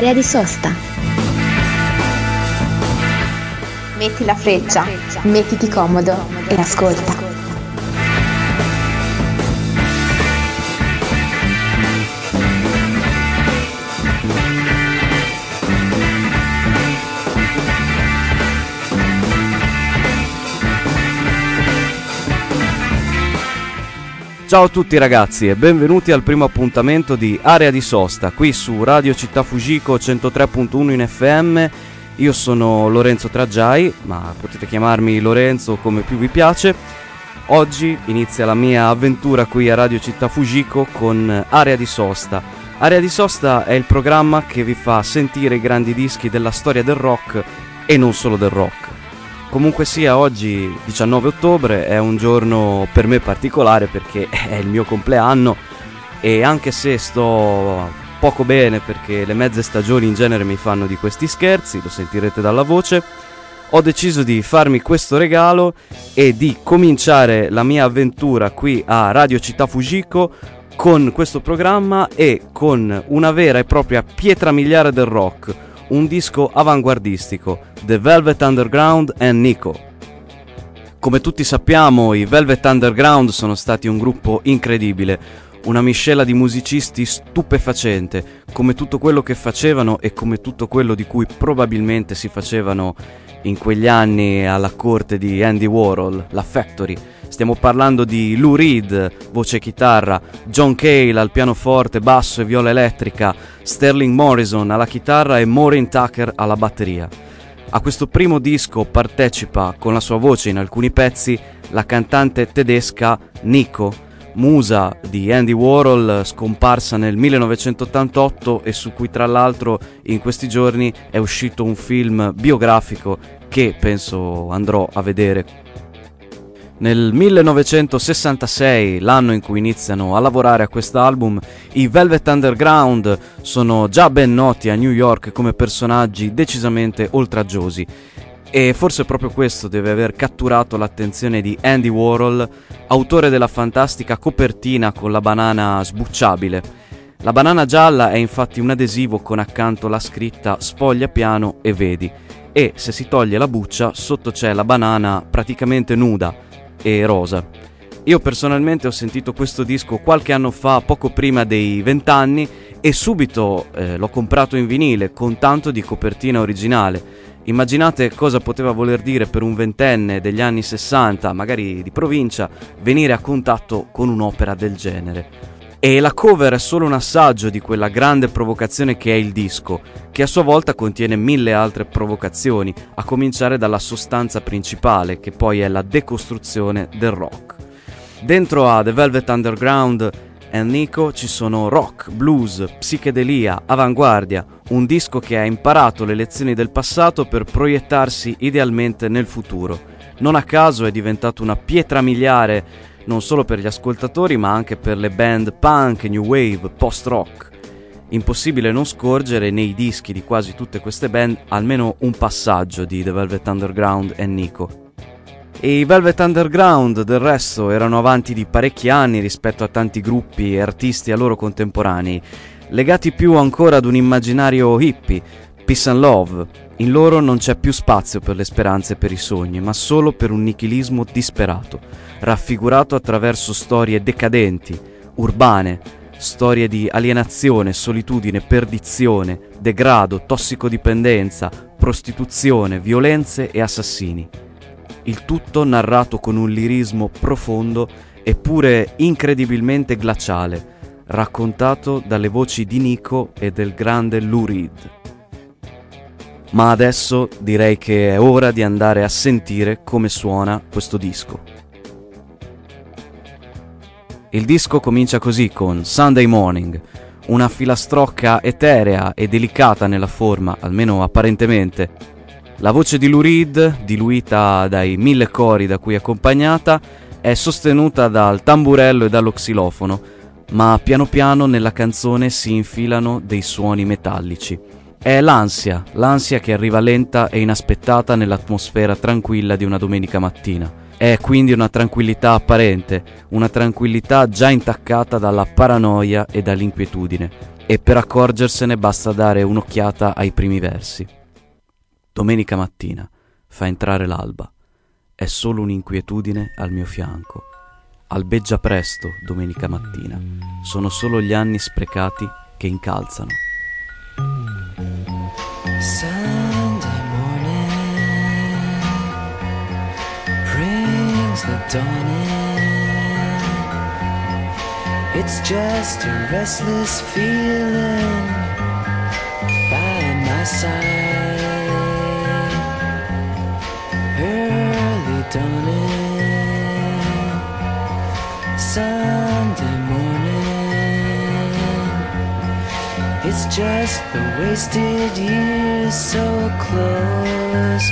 Area di sosta. Metti la freccia, Mettiti comodo e ascolta. Ciao a tutti ragazzi e benvenuti al primo appuntamento di Area di sosta qui su Radio Città Fujiko 103.1 in FM. Io sono Lorenzo Traggiai, ma potete chiamarmi Lorenzo come più vi piace. Oggi inizia la mia avventura qui a Radio Città Fujiko con Area di sosta. Area di sosta è il programma che vi fa sentire i grandi dischi della storia del rock e non solo del rock. Comunque sia, oggi 19 ottobre è un giorno per me particolare perché è il mio compleanno e anche se sto poco bene perché le mezze stagioni in genere mi fanno di questi scherzi, lo sentirete dalla voce, ho deciso di farmi questo regalo e di cominciare la mia avventura qui a Radio Città Fujiko con questo programma e con una vera e propria pietra miliare del rock. Un disco avanguardistico, The Velvet Underground and Nico. Come tutti sappiamo, i Velvet Underground sono stati un gruppo incredibile, una miscela di musicisti stupefacente, come tutto quello che facevano e come tutto quello di cui probabilmente si facevano in quegli anni alla corte di Andy Warhol, la Factory. Stiamo parlando di Lou Reed, voce e chitarra, John Cale al pianoforte, basso e viola elettrica, Sterling Morrison alla chitarra e Maureen Tucker alla batteria. A questo primo disco partecipa con la sua voce in alcuni pezzi la cantante tedesca Nico, musa di Andy Warhol, scomparsa nel 1988 e su cui tra l'altro in questi giorni è uscito un film biografico che penso andrò a vedere. Nel 1966, l'anno in cui iniziano a lavorare a quest'album, i Velvet Underground sono già ben noti a New York come personaggi decisamente oltraggiosi e forse proprio questo deve aver catturato l'attenzione di Andy Warhol, autore della fantastica copertina con la banana sbucciabile. La banana gialla è infatti un adesivo con accanto la scritta "Sfoglia piano e vedi" e se si toglie la buccia sotto c'è la banana praticamente nuda e rosa. Io personalmente ho sentito questo disco qualche anno fa, poco prima dei 20 anni, e subito l'ho comprato in vinile con tanto di copertina originale. Immaginate cosa poteva voler dire per un ventenne degli anni 60, magari di provincia, venire a contatto con un'opera del genere. E la cover è solo un assaggio di quella grande provocazione che è il disco, che a sua volta contiene 1000 altre provocazioni, a cominciare dalla sostanza principale, che poi è la decostruzione del rock. Dentro a The Velvet Underground e Nico ci sono rock, blues, psichedelia, avanguardia, un disco che ha imparato le lezioni del passato per proiettarsi idealmente nel futuro. Non a caso è diventato una pietra miliare non solo per gli ascoltatori ma anche per le band punk, new wave, post-rock. Impossibile non scorgere nei dischi di quasi tutte queste band almeno un passaggio di The Velvet Underground e Nico. E i Velvet Underground del resto erano avanti di parecchi anni rispetto a tanti gruppi e artisti a loro contemporanei, legati più ancora ad un immaginario hippie, peace and love. In loro non c'è più spazio per le speranze e per i sogni, ma solo per un nichilismo disperato, raffigurato attraverso storie decadenti, urbane, storie di alienazione, solitudine, perdizione, degrado, tossicodipendenza, prostituzione, violenze e assassini. Il tutto narrato con un lirismo profondo eppure incredibilmente glaciale, raccontato dalle voci di Nico e del grande Lou Reed. Ma adesso direi che è ora di andare a sentire come suona questo disco. Il disco comincia così con Sunday Morning, una filastrocca eterea e delicata nella forma, almeno apparentemente. La voce di Lou Reed, diluita dai 1000 cori da cui è accompagnata, è sostenuta dal tamburello e dallo xilofono, ma piano piano nella canzone si infilano dei suoni metallici. È l'ansia che arriva lenta e inaspettata nell'atmosfera tranquilla di una domenica mattina. È quindi una tranquillità apparente, una tranquillità già intaccata dalla paranoia e dall'inquietudine, e per accorgersene basta dare un'occhiata ai primi versi. Domenica mattina fa entrare l'alba, è solo un'inquietudine al mio fianco. Albeggia presto domenica mattina, sono solo gli anni sprecati che incalzano. Sunday morning brings the dawn in. It's just a restless feeling by my side. Early dawning, Sunday morning. It's just the wasted years so close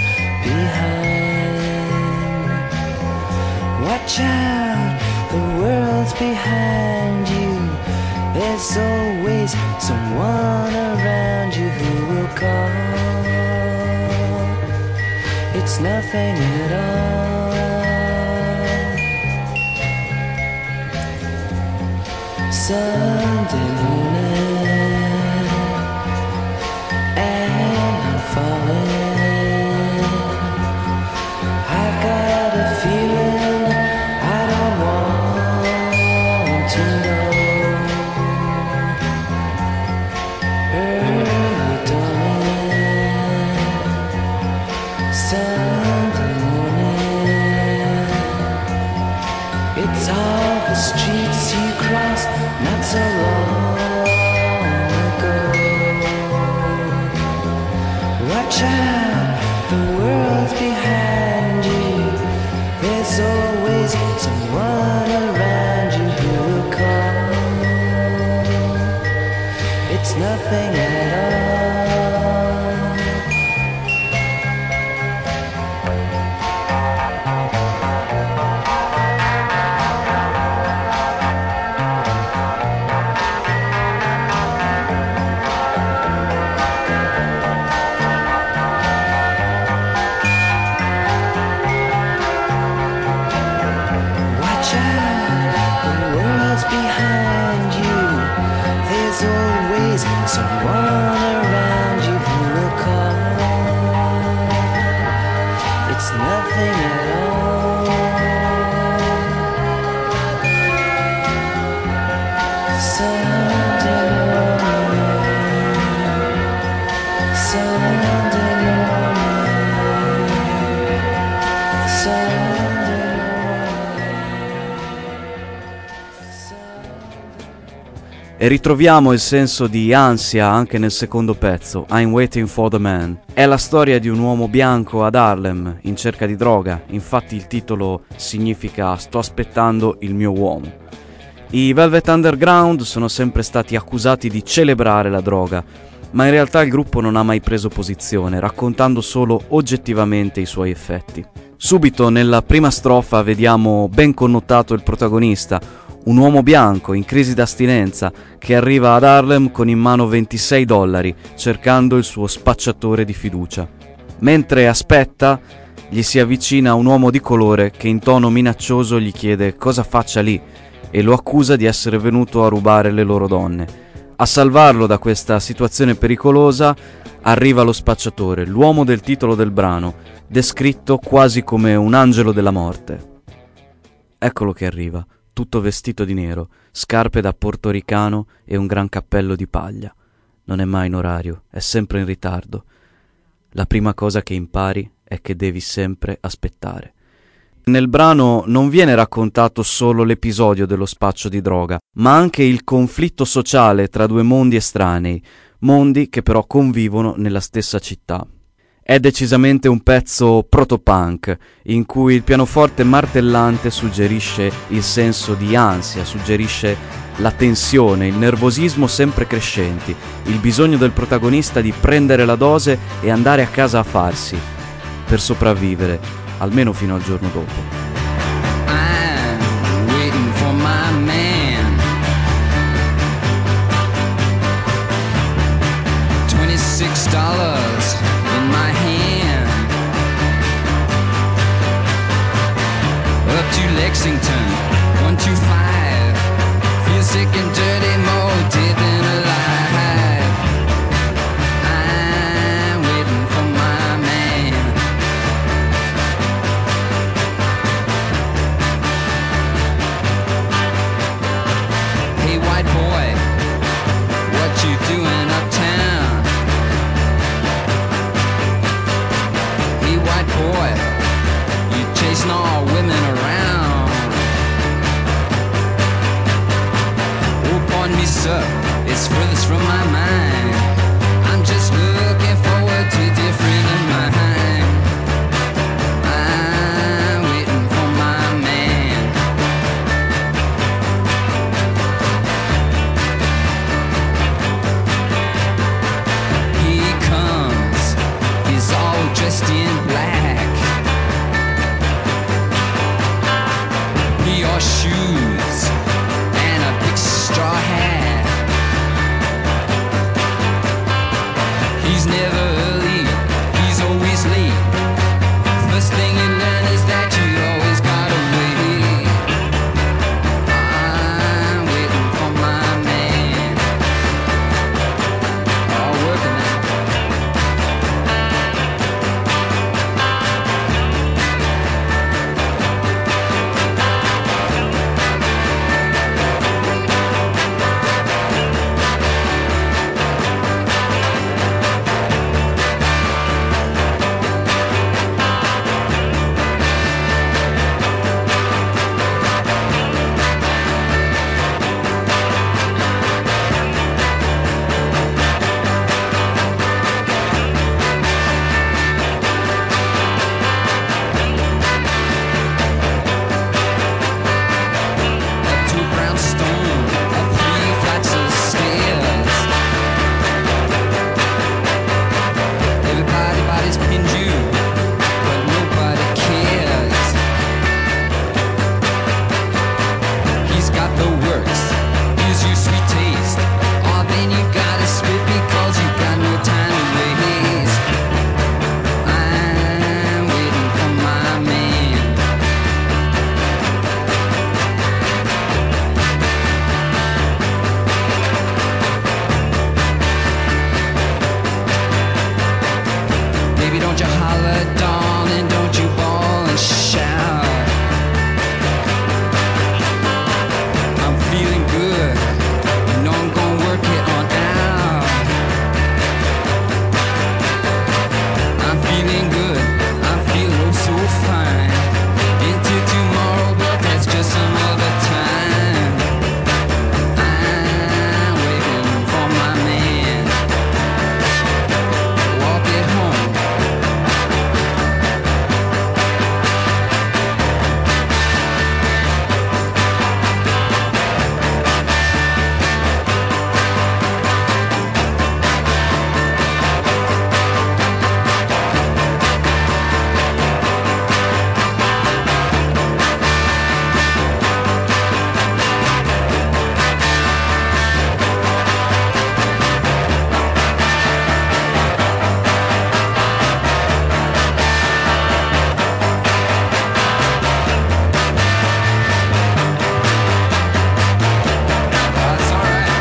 behind. Watch out, the world's behind you. There's always someone around you who will call. It's nothing at all. Sunday morning, and I'm falling. I've got a feeling I don't want to know. Early dawning, Sunday morning. It's all the streets you crossed not so long ago. Watch out, the world's behind you. There's always someone around you who will call. It's nothing at all. Watch out, the world's behind you. There's always someone around you who will call. It's nothing at all. Sunday morning, Sunday morning, Sunday E ritroviamo il senso di ansia anche nel secondo pezzo, I'm Waiting for the Man. È la storia di un uomo bianco ad Harlem in cerca di droga, infatti il titolo significa Sto aspettando il mio uomo. I Velvet Underground sono sempre stati accusati di celebrare la droga, ma in realtà il gruppo non ha mai preso posizione, raccontando solo oggettivamente i suoi effetti. Subito nella prima strofa vediamo ben connotato il protagonista, un uomo bianco in crisi d'astinenza che arriva ad Harlem con in mano $26 cercando il suo spacciatore di fiducia. Mentre aspetta, gli si avvicina un uomo di colore che in tono minaccioso gli chiede cosa faccia lì e lo accusa di essere venuto a rubare le loro donne. A salvarlo da questa situazione pericolosa arriva lo spacciatore, l'uomo del titolo del brano, descritto quasi come un angelo della morte. Eccolo che arriva, tutto vestito di nero, scarpe da portoricano e un gran cappello di paglia. Non è mai in orario, è sempre in ritardo. La prima cosa che impari è che devi sempre aspettare. Nel brano non viene raccontato solo l'episodio dello spaccio di droga, ma anche il conflitto sociale tra due mondi estranei, mondi che però convivono nella stessa città. È decisamente un pezzo protopunk, in cui il pianoforte martellante suggerisce il senso di ansia, suggerisce la tensione, il nervosismo sempre crescenti, il bisogno del protagonista di prendere la dose e andare a casa a farsi, per sopravvivere, almeno fino al giorno dopo. I'm waiting for my man. $26 in my hand. up is furthest from my mind. I'm just looking forward to different in mind. I'm waiting for my man. He comes, he's all dressed in black. He wore shoes and a big straw hat. He's never early, he's always late. First thing you learn is that you always gotta wait. I'm waiting for my man. All working now. Up to a brownstone, up 3 flights of stairs. Everybody body's pinned you, but nobody cares. He's got the works, gives you sweet taste. Oh, then you gotta spit because you got no time to waste. I'm waiting for my man. Baby, don't you holler, darling, don't you bawl and shout. I'm feeling good, you know I'm gonna work it on out. I'm feeling good, I'm feeling oh so fine. Into tomorrow, but that's just some other time. I'm waiting for my man. Walk it home. That's all right.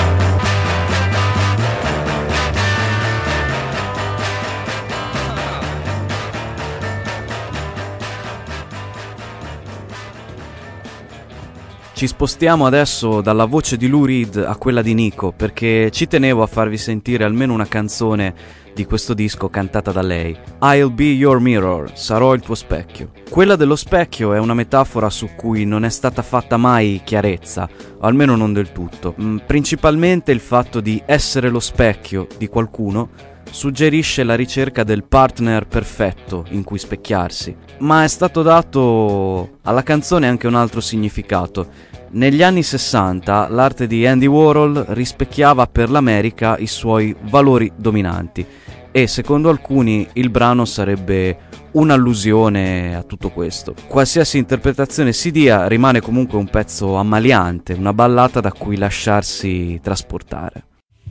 Ci spostiamo adesso dalla voce di Lou Reed a quella di Nico, perché ci tenevo a farvi sentire almeno una canzone di questo disco cantata da lei. I'll be your mirror, sarò il tuo specchio. Quella dello specchio è una metafora su cui non è stata fatta mai chiarezza, o almeno non del tutto. Principalmente il fatto di essere lo specchio di qualcuno suggerisce la ricerca del partner perfetto in cui specchiarsi, ma è stato dato alla canzone anche un altro significato. Negli anni 60 l'arte di Andy Warhol rispecchiava per l'America i suoi valori dominanti e secondo alcuni il brano sarebbe un'allusione a tutto questo. Qualsiasi interpretazione si dia, rimane comunque un pezzo ammaliante, una ballata da cui lasciarsi trasportare.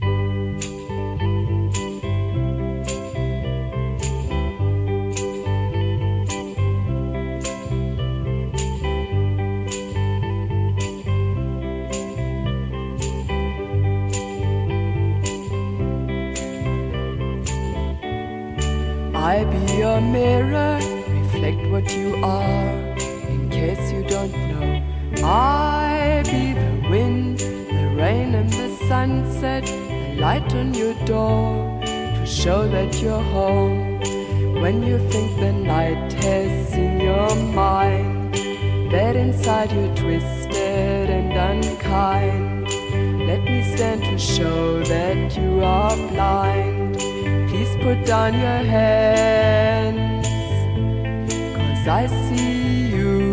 I be your mirror, reflect what you are, in case you don't know. I be the wind, the rain and the sunset, the light on your door, to show that you're home. When you think the night has seen your mind, that inside you're twisted and unkind. let me stand to show that you are blind. Please put down your hands, 'cause I see you.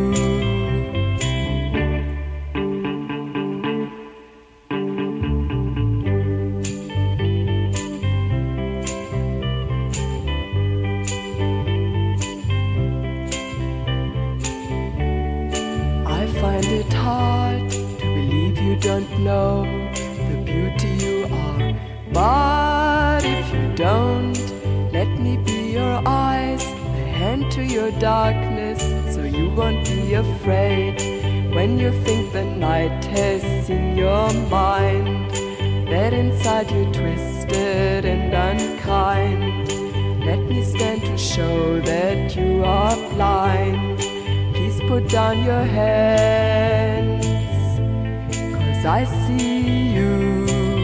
Find it hard to believe you don't know the beauty you are. But if you don't, let me be your eyes, the hand to your darkness, so you won't be afraid when you think the night has seen your mind. That inside you twisted and unkind. Let me stand to show that you are blind. Please put down your hands, 'cause I see you.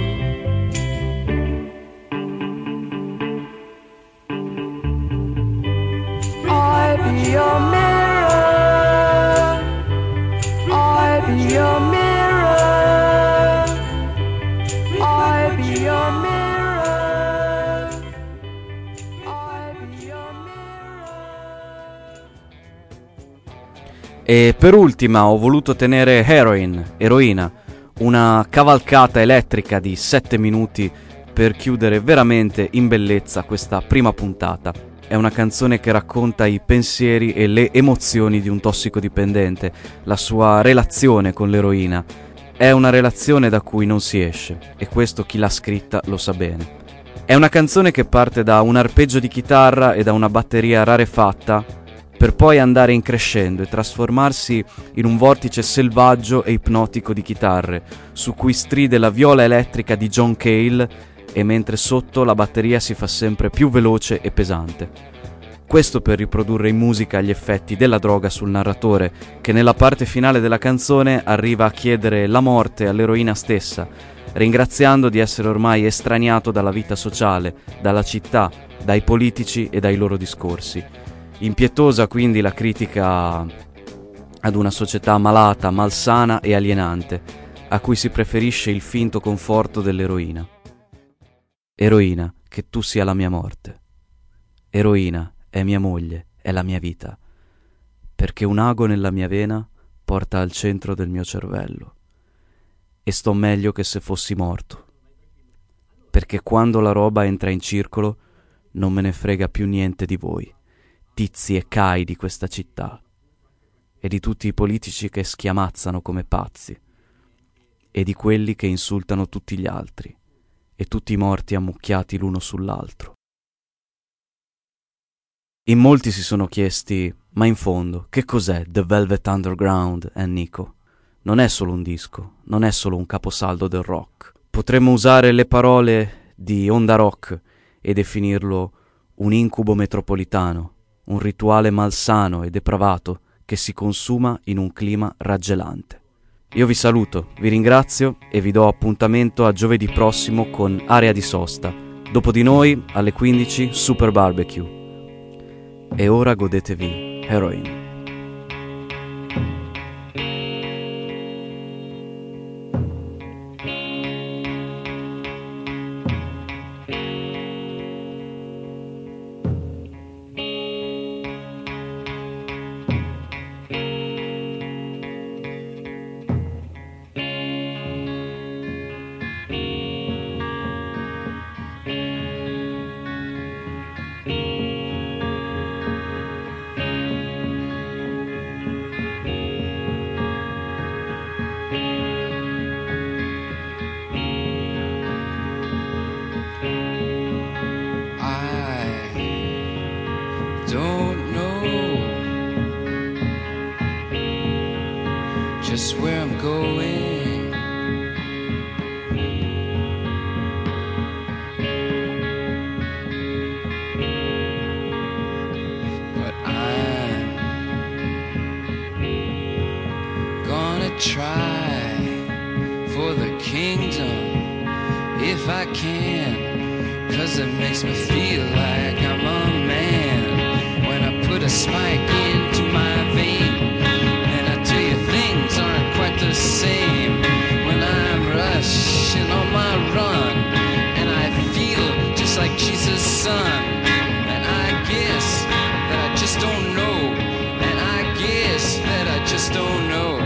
I be your mirror, I be your mirror, I be your mirror, I be your mirror. E per ultima ho voluto tenere Eroina, una cavalcata elettrica di 7 minuti per chiudere veramente in bellezza questa prima puntata. È una canzone che racconta i pensieri e le emozioni di un tossicodipendente, la sua relazione con l'eroina. È una relazione da cui non si esce, e questo chi l'ha scritta lo sa bene. È una canzone che parte da un arpeggio di chitarra e da una batteria rarefatta, per poi andare in crescendo e trasformarsi in un vortice selvaggio e ipnotico di chitarre, su cui stride la viola elettrica di John Cale, e mentre sotto la batteria si fa sempre più veloce e pesante. Questo per riprodurre in musica gli effetti della droga sul narratore, che nella parte finale della canzone arriva a chiedere la morte all'eroina stessa, ringraziando di essere ormai estraniato dalla vita sociale, dalla città, dai politici e dai loro discorsi. Impietosa quindi la critica ad una società malata, malsana e alienante, a cui si preferisce il finto conforto dell'eroina. Eroina, che tu sia la mia morte. Eroina, è mia moglie, è la mia vita, perché un ago nella mia vena porta al centro del mio cervello, e sto meglio che se fossi morto, perché quando la roba entra in circolo non me ne frega più niente di voi, tizi e cai di questa città, e di tutti i politici che schiamazzano come pazzi, e di quelli che insultano tutti gli altri, e tutti i morti ammucchiati l'uno sull'altro. In molti si sono chiesti, ma in fondo, che cos'è The Velvet Underground, Nico? Non è solo un disco, non è solo un caposaldo del rock. Potremmo usare le parole di Onda Rock e definirlo un incubo metropolitano, un rituale malsano e depravato che si consuma in un clima raggelante. Io vi saluto, vi ringrazio e vi do appuntamento a giovedì prossimo con Area di Sosta. Dopo di noi, alle 15, Super Barbecue. E ora godetevi Heroin. Just where I'm going, but I'm gonna try for the kingdom if I can, 'cause it makes me feel like I'm a man when I put a spike into my vein. Things aren't quite the same when I'm rushed just don't know, and I guess that I just don't know.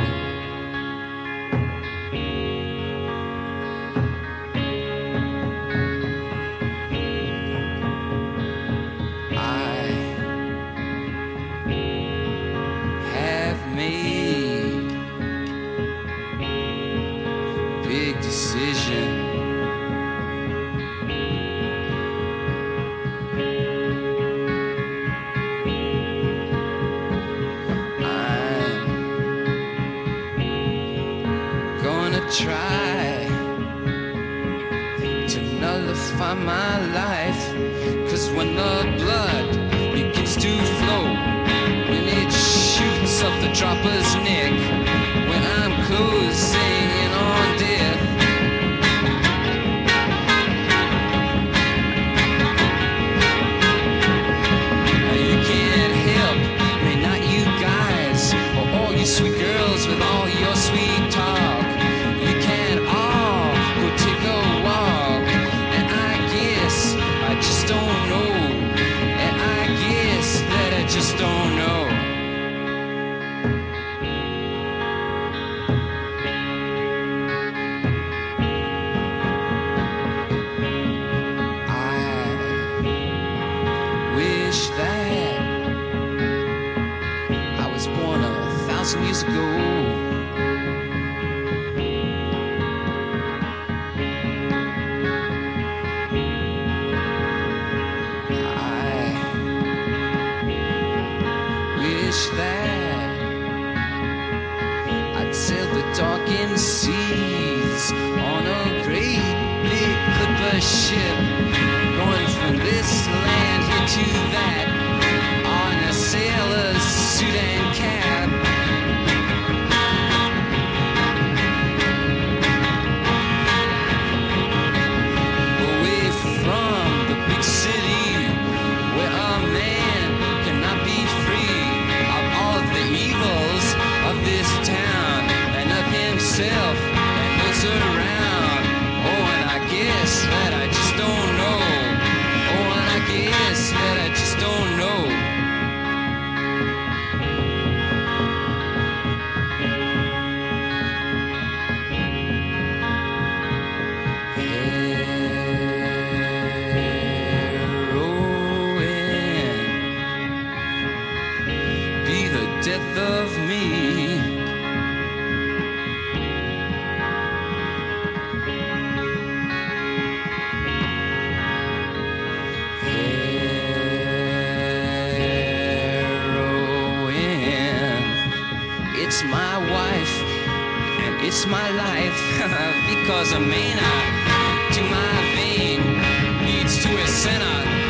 Try to nullify my life, 'cause when the blood begins to flow, when it shoots up the dropper's neck, when I'm closing in on death, you can't help me, not you guys, or all you sweet girls with all your sweet talk. Just don't know. I wish that I was born 1,000 years ago. That I'd sail the darkened seas on a great big clipper ship, going from this land here to that, on a sailor's suit and cap. Away from the big city where a man cannot be free of this town and of himself and those around. Oh, and I guess that I just don't know. Oh, and I guess that I just don't know. Heroin, be the death of me. It's my wife and it's my life, because a mana to my vein leads to a sinner.